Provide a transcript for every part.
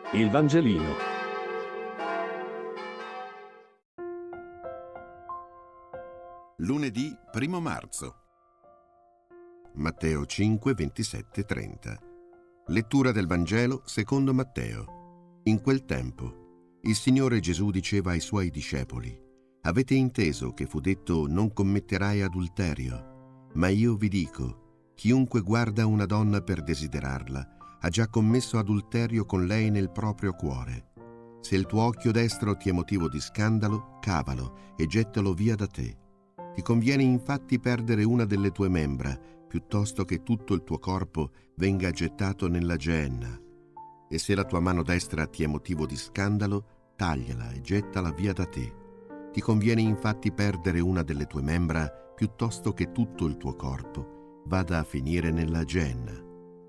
Il Vangelino. Lunedì 1 marzo. Matteo 5, 27, 30. Lettura del Vangelo secondo Matteo. In quel tempo, il Signore Gesù diceva ai Suoi discepoli: «Avete inteso che fu detto: non commetterai adulterio? Ma io vi dico, chiunque guarda una donna per desiderarla ha già commesso adulterio con lei nel proprio cuore. Se il tuo occhio destro ti è motivo di scandalo, cavalo e gettalo via da te. Ti conviene infatti perdere una delle tue membra, piuttosto che tutto il tuo corpo venga gettato nella Geenna. E se la tua mano destra ti è motivo di scandalo, tagliala e gettala via da te. Ti conviene infatti perdere una delle tue membra, piuttosto che tutto il tuo corpo vada a finire nella Geenna».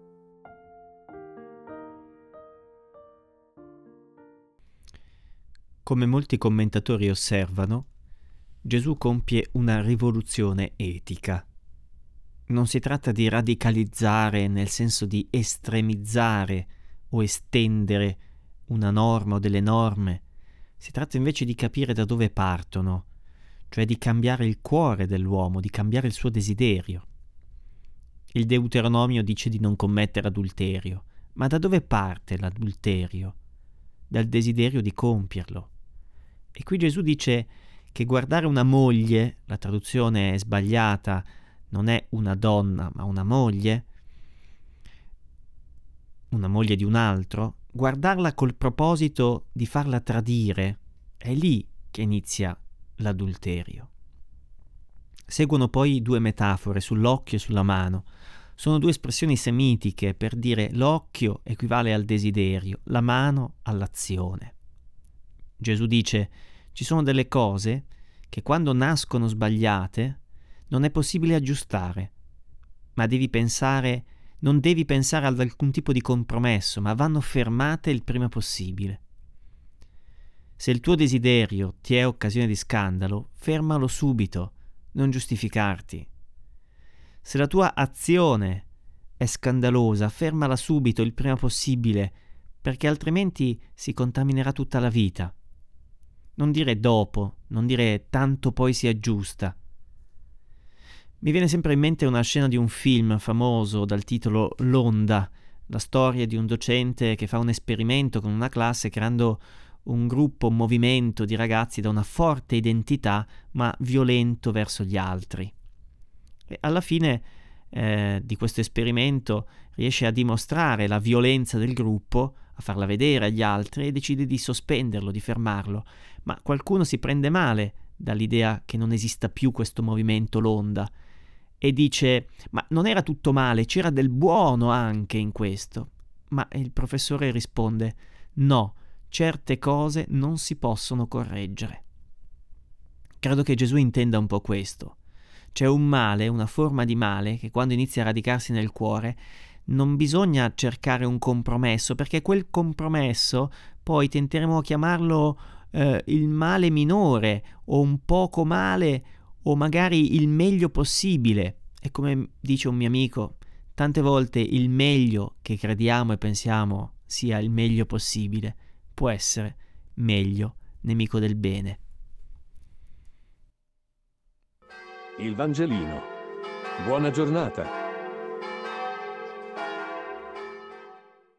Come molti commentatori osservano, Gesù compie una rivoluzione etica. Non si tratta di radicalizzare nel senso di estremizzare o estendere una norma o delle norme. Si tratta invece di capire da dove partono, cioè di cambiare il cuore dell'uomo, di cambiare il suo desiderio. Il Deuteronomio dice di non commettere adulterio, ma da dove parte l'adulterio? Dal desiderio di compierlo. E qui Gesù dice che guardare una moglie, la traduzione è sbagliata, non è una donna ma una moglie di un altro, guardarla col proposito di farla tradire, è lì che inizia l'adulterio. Seguono poi due metafore sull'occhio e sulla mano. Sono due espressioni semitiche per dire l'occhio equivale al desiderio, la mano all'azione. Gesù dice: ci sono delle cose che quando nascono sbagliate non è possibile aggiustare, ma non devi pensare ad alcun tipo di compromesso, ma vanno fermate il prima possibile. Se il tuo desiderio ti è occasione di scandalo, fermalo subito, non giustificarti. Se la tua azione è scandalosa, fermala subito, il prima possibile, perché altrimenti si contaminerà tutta la vita. Non dire dopo, non dire tanto poi si aggiusta. Mi viene sempre in mente una scena di un film famoso dal titolo L'Onda, la storia di un docente che fa un esperimento con una classe creando un gruppo, un movimento di ragazzi da una forte identità ma violento verso gli altri. E alla fine di questo esperimento riesce a dimostrare la violenza del gruppo, a farla vedere agli altri e decide di sospenderlo, di fermarlo. Ma qualcuno si prende male dall'idea che non esista più questo movimento l'Onda e dice: ma non era tutto male, c'era del buono anche in questo. Ma il professore risponde: no, certe cose non si possono correggere. Credo che Gesù intenda un po' questo. C'è un male, una forma di male che quando inizia a radicarsi nel cuore non bisogna cercare un compromesso, perché quel compromesso poi tenteremo a chiamarlo il male minore o un poco male o magari il meglio possibile. E come dice un mio amico, tante volte il meglio che crediamo e pensiamo sia il meglio possibile può essere meglio nemico del bene. Il Vangelino. Buona giornata.